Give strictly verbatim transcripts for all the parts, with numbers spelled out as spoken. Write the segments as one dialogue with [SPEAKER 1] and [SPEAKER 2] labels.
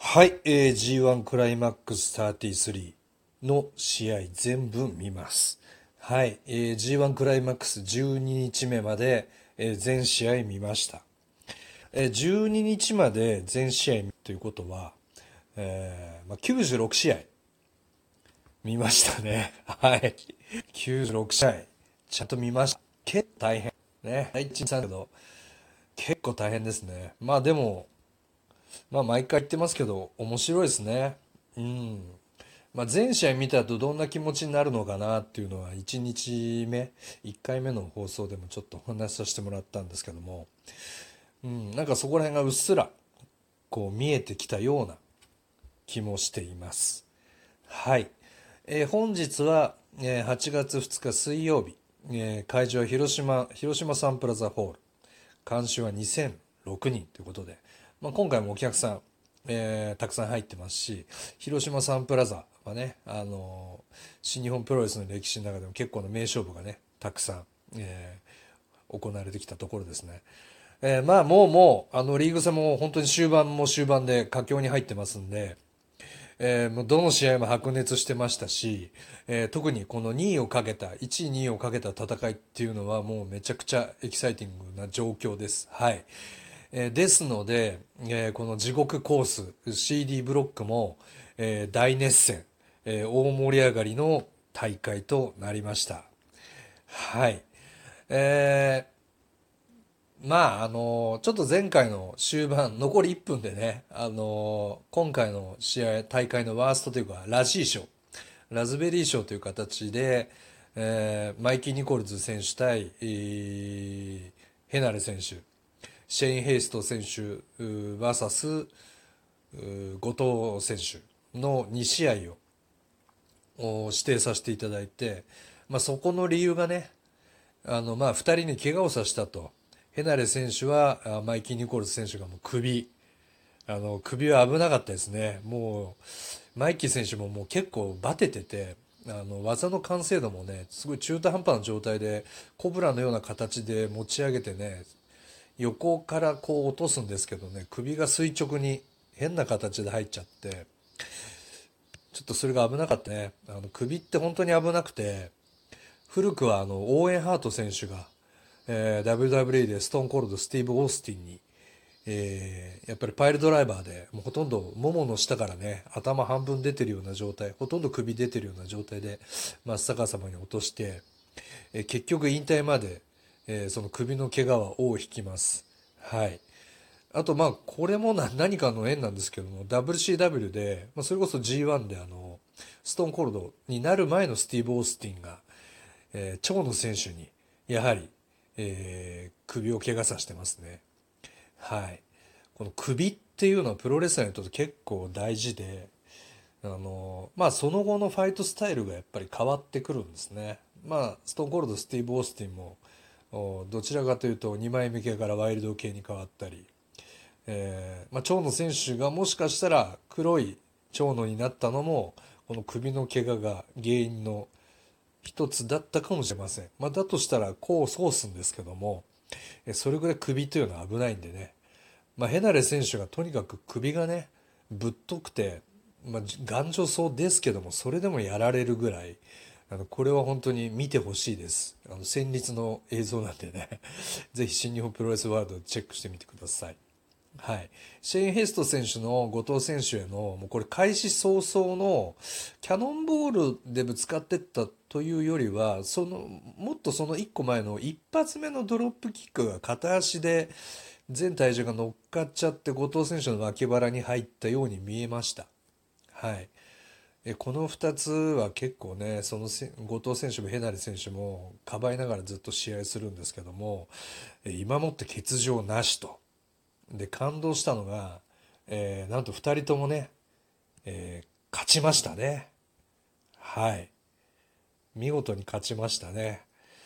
[SPEAKER 1] はい、えー、ジーワン クライマックスさんじゅうさんの試合全部見ます。はい、えー、ジーワン クライマックスじゅうににちめまで、えー全試合見ました。えー、じゅうににちまで全試合ということは、えーまあ、きゅうじゅうろくしあい見ましたね。はい。きゅうじゅうろく試合ちゃんと見ました。結構大変。ね。第一さんけど、結構大変ですね。まあでも、まあ毎回言ってますけど、面白いですね。うん。まあ、全試合見た後どんな気持ちになるのかなっていうのはいちにちめいっかいめの放送でもちょっとお話しさせてもらったんですけども、うん、なんかそこら辺がうっすらこう見えてきたような気もしています。はい、えー本日は、えーはちがつふつか水曜日、えー会場は広島広島サンプラザホール、監修はにせんろくにんということで、まあ、今回もお客さん、えーたくさん入ってますし、広島サンプラザはね、あのー新日本プロレスの歴史の中でも結構な名勝負がねたくさん、えー行われてきたところですね。えーまあもうもうあのリーグ戦も本当に終盤も終盤で佳境に入ってますんで、えーもうどの試合も白熱してましたし、えー特にこのにいをかけたいちいにいをかけた戦いっていうのはもうめちゃくちゃエキサイティングな状況です。はい。えーですので、えーこの地獄コース シーディー ブロックも、えー大熱戦、えー大盛り上がりの大会となりました。はい。えーまあ、あの、ちょっと前回の終盤、残りいっぷんでね、あの、今回の試合、大会のワーストというか、ラジー賞、ラズベリー賞という形で、えーマイキー・ニコルズ選手対、えーヘナレ選手、シェイン・ヘイスト選手、バーサス、後藤選手のに試合を指定させていただいて、まあ、そこの理由がね、あの、まあ、ふたりに怪我をさせたと。ヘナレ選手は、あマイキー・ニコルズ選手がもう首、あの、首は危なかったですね。もう、マイキー選手ももう結構バテてて、あの、技の完成度もね、すごい中途半端な状態で、コブラのような形で持ち上げてね、横からこう落とすんですけどね、首が垂直に変な形で入っちゃって、ちょっとそれが危なかったね。あの、首って本当に危なくて、古くはあの、オーエンハート選手が、えー ダブリューダブリューイー でストーンコールドスティーブ・オースティンに、えーやっぱりパイルドライバーで、もうほとんどももの下からね、頭半分出てるような状態、ほとんど首出てるような状態で、真っ逆さまに落として、えー結局引退まで、えーその首の怪我は尾を引きます。はい。あとまあこれもな何かの縁なんですけども ダブリューシーダブリュー で、まあ、それこそ ジーワン であのストーンコールドになる前のスティーブ・オースティンが、えー長野選手にやはり、えー首を怪我させてますね。はい。この首っていうのはプロレスラーにとって結構大事で、あのまあその後のファイトスタイルがやっぱり変わってくるんですね。まあストーンコールドスティーブ・オースティンもおどちらかというとにまいめ系からワイルド系に変わったり、えーまあ、長野選手がもしかしたら黒い長野になったのもこの首の怪我が原因の一つだったかもしれません。まあ、だとしたら功を奏すんですけども、えそれぐらい首というのは危ないんでね、まあ、ヘナレ選手がとにかく首がねぶっとくて、まあ、頑丈そうですけどもそれでもやられるぐらい、あのこれは本当に見てほしいです。あの戦慄の映像なんでねぜひ新日本プロレスワールドチェックしてみてください。はい、シェイン・ヘスト選手の後藤選手へのもうこれ開始早々のキャノンボールでぶつかっていったというよりはそのもっとそのいっこまえの一発目のドロップキックが片足で全体重が乗っかっちゃって後藤選手の脇腹に入ったように見えました。はい、えこのふたつは結構ねそのせ後藤選手もヘナリ選手もかばいながらずっと試合するんですけども、え今もって欠場なしと。で感動したのが、えーなんとふたりともね、えー勝ちましたね。はい、見事に勝ちましたね。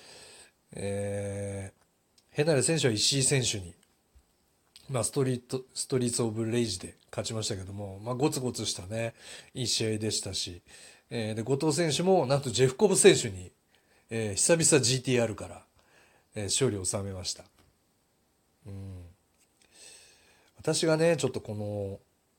[SPEAKER 1] えーヘナレ選手は石井選手に、まあ、ストリートストリート・オブ・レイジで勝ちましたけども、まあ、ゴツゴツしたねいい試合でしたし、えーで後藤選手もなんとジェフコブ選手に、えー久々 ジーティーアール から、えー勝利を収めました。うん、私がねちょっとこの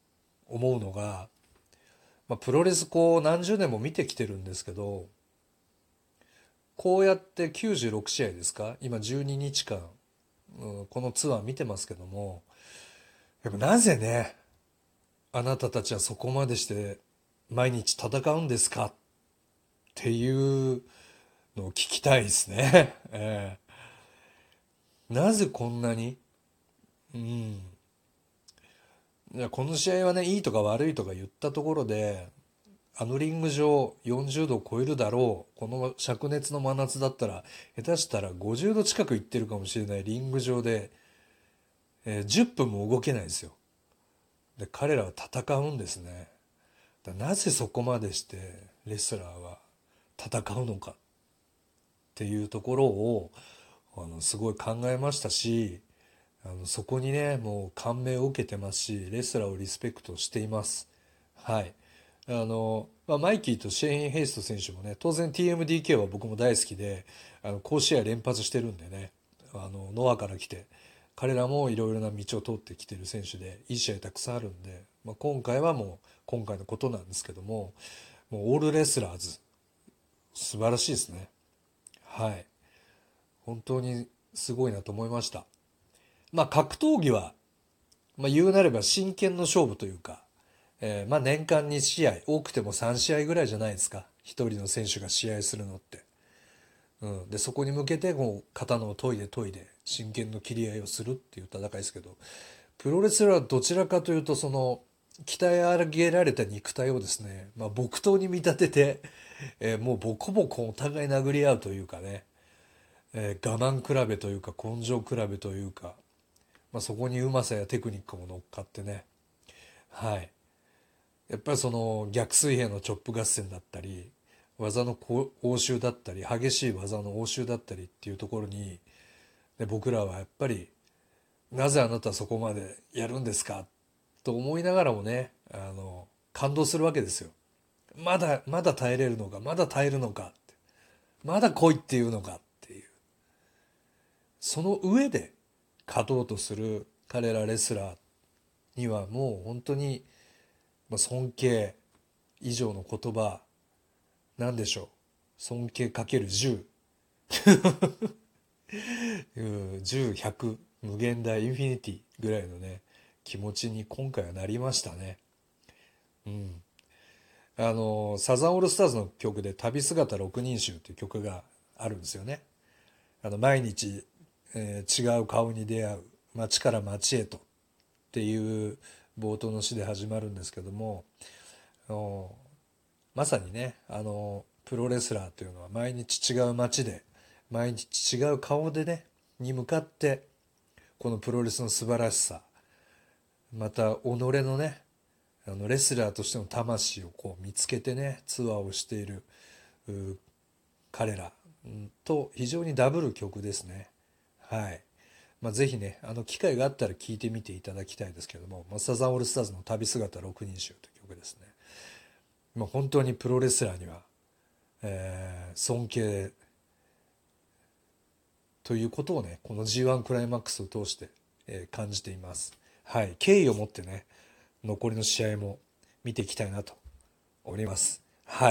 [SPEAKER 1] 思うのが、まあ、プロレスこう何十年も見てきてるんですけど、こうやってきゅうじゅうろくしあいですか、今じゅうににちかん、うん、このツアー見てますけども、やっぱなぜね、あなたたちはそこまでして毎日戦うんですかっていうのを聞きたいですね。えーなぜこんなに、うん、いやこの試合はね、いいとか悪いとか言ったところで、あのリング上よんじゅうどを超えるだろう。この灼熱の真夏だったら、下手したらごじゅうど近くいってるかもしれないリング上で、えーじゅっぷんも動けないですよ。で、彼らは戦うんですね。だなぜそこまでしてレスラーは戦うのかっていうところを、あの、すごい考えましたし、あの、そこにね、もう感銘を受けてますし、レスラーをリスペクトしています。はい。あの、まあ、マイキーとシェーン・ヘイスト選手もね、当然 ティーエムディーケー は僕も大好きで、あの、好試合連発してるんでね、あの、ノアから来て、彼らもいろいろな道を通ってきてる選手で、いい試合たくさんあるんで、まあ、今回はもう、今回のことなんですけども、もうオールレスラーズ、素晴らしいですね。はい。本当にすごいなと思いました。まあ、格闘技は、まあ、言うなれば真剣の勝負というか、えーまあ年間にしあい、多くてもさんしあいぐらいじゃないですか。一人の選手が試合するのって。うん。で、そこに向けて、こう、刀を研いで研いで、真剣の切り合いをするっていう戦いですけど、プロレスラーはどちらかというと、その、鍛え上げられた肉体をですね、まあ木刀に見立てて、えーもうボコボコお互い殴り合うというかね、えー我慢比べというか根性比べというか、まあ、そこにうまさやテクニックも乗っかってね、はい。やっぱりその逆水平のチョップ合戦だったり、技の応酬だったり、激しい技の応酬だったりっていうところに、で僕らはやっぱり、なぜあなたはそこまでやるんですかと思いながらもね、あの、感動するわけですよ。まだ、まだ耐えれるのか、まだ耐えるのかって、まだ来いっていうのかっていう。その上で勝とうとする彼らレスラーにはもう本当にまあ尊敬以上の言葉、なんでしょう。尊敬かけるじゅう。うん、じゅう、ひゃく、無限大、インフィニティぐらいのね、気持ちに今回はなりましたね。うん。あの、サザンオールスターズの曲で旅姿六人衆っていう曲があるんですよね。あの、毎日、えー違う顔に出会う、街から街へとっていう冒頭の詩で始まるんですけども、あのまさにね、あの、プロレスラーというのは毎日違う街で、毎日違う顔でね、に向かって、このプロレスの素晴らしさ、また己のね、あの、レスラーとしての魂をこう見つけてね、ツアーをしている、彼らと非常にダブる曲ですね。はい。まあ、ぜひね、あの、機会があったら聴いてみていただきたいですけども、まあ、サザンオールスターズの旅姿六人衆という曲ですね。まあ、本当にプロレスラーには、えー尊敬ということをね、この ジーワン クライマックスを通して、えー感じています。はい。敬意を持ってね、残りの試合も見ていきたいなと思います。はい。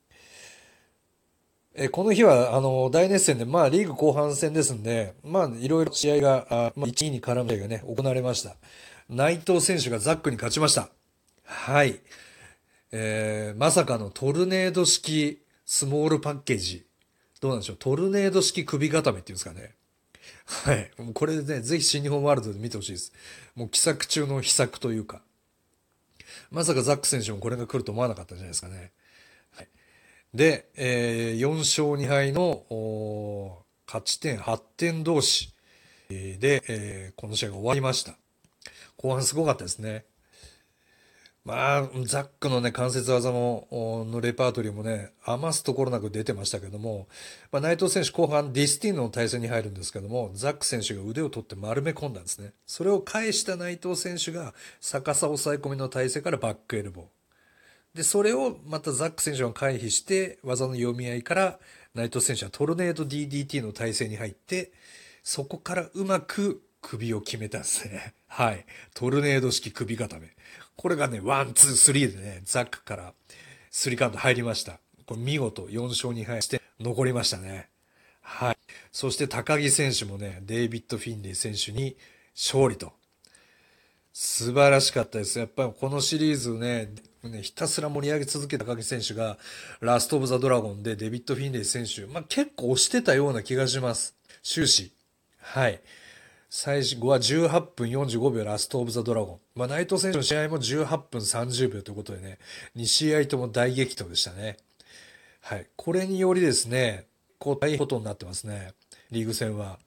[SPEAKER 1] えーこの日は、あの、大熱戦で、まあ、リーグ後半戦ですんで、まあ、いろいろ試合が、あまあ、いち、にに絡む試合がね、行われました。内藤選手がザックに勝ちました。はい。えーまさかのトルネード式スモールパッケージ。どうなんでしょう。トルネード式首固めっていうんですかね。はい。もうこれでね、ぜひ新日本ワールドで見てほしいです。もう奇策中の秘策というか。まさかザック選手もこれが来ると思わなかったんじゃないですかね。はい、で、えー、よん勝に敗の勝ち点はってん同士で、えーこの試合が終わりました。後半すごかったですね。まあ、ザックのね、関節技も、のレパートリーもね、余すところなく出てましたけども、まあ、内藤選手後半ディスティーノの対戦に入るんですけども、ザック選手が腕を取って丸め込んだんですね。それを返した内藤選手が逆さ抑え込みの体勢からバックエルボー。で、それをまたザック選手が回避して、技の読み合いから内藤選手はトルネード ディーディーティー の体勢に入って、そこからうまく首を決めたんですね。はい。トルネード式首固め。これがね、ワン、ツー、スリーでね、ザックからスリーカウント入りました。これ見事よん勝に敗して残りましたね。はい。そして高木選手もね、デイビッド・フィンレイ選手に勝利と。素晴らしかったです。やっぱりこのシリーズね、ねひたすら盛り上げ続けた高木選手が、ラスト・オブ・ザ・ドラゴンでデビッド・フィンレイ選手、まあ、結構押してたような気がします。終始。はい。最後はじゅうはっぷんよんじゅうごびょうラストオブザドラゴン。まあ、内藤選手の試合もじゅうはっぷんさんじゅうびょうということでね、に試合とも大激闘でしたね。はい。これによりですね、こう大変ことになってますね。リーグ戦は。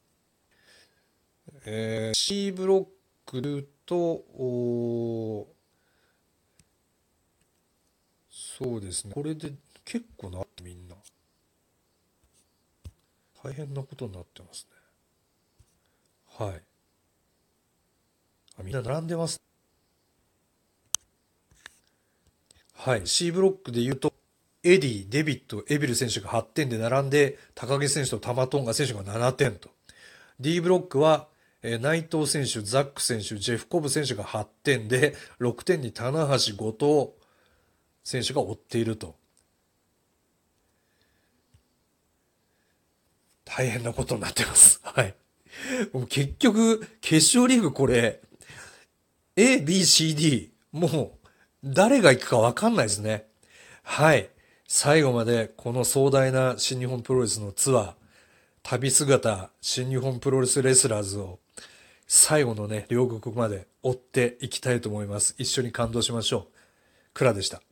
[SPEAKER 1] えー、C ブロックで言うと、おそうですね。これで結構なってみんな。大変なことになってますね。はい。あ、みんな並んでます。はい。C ブロックで言うと、エディ、デビット、エビル選手がはってんで並んで、高木選手とタマトンガ選手がななてんと。D ブロックは、えー内藤選手、ザック選手、ジェフコブ選手がはってんで、ろくてんに棚橋、後藤選手が追っていると。大変なことになってます。はい。もう結局、決勝リーグこれ、A、B、C、D、もう、誰が行くかわかんないですね。はい。最後までこの壮大な新日本プロレスのツアー、旅姿新日本プロレスレスラーズを最後のね、両国まで追っていきたいと思います。一緒に感動しましょう。クラでした。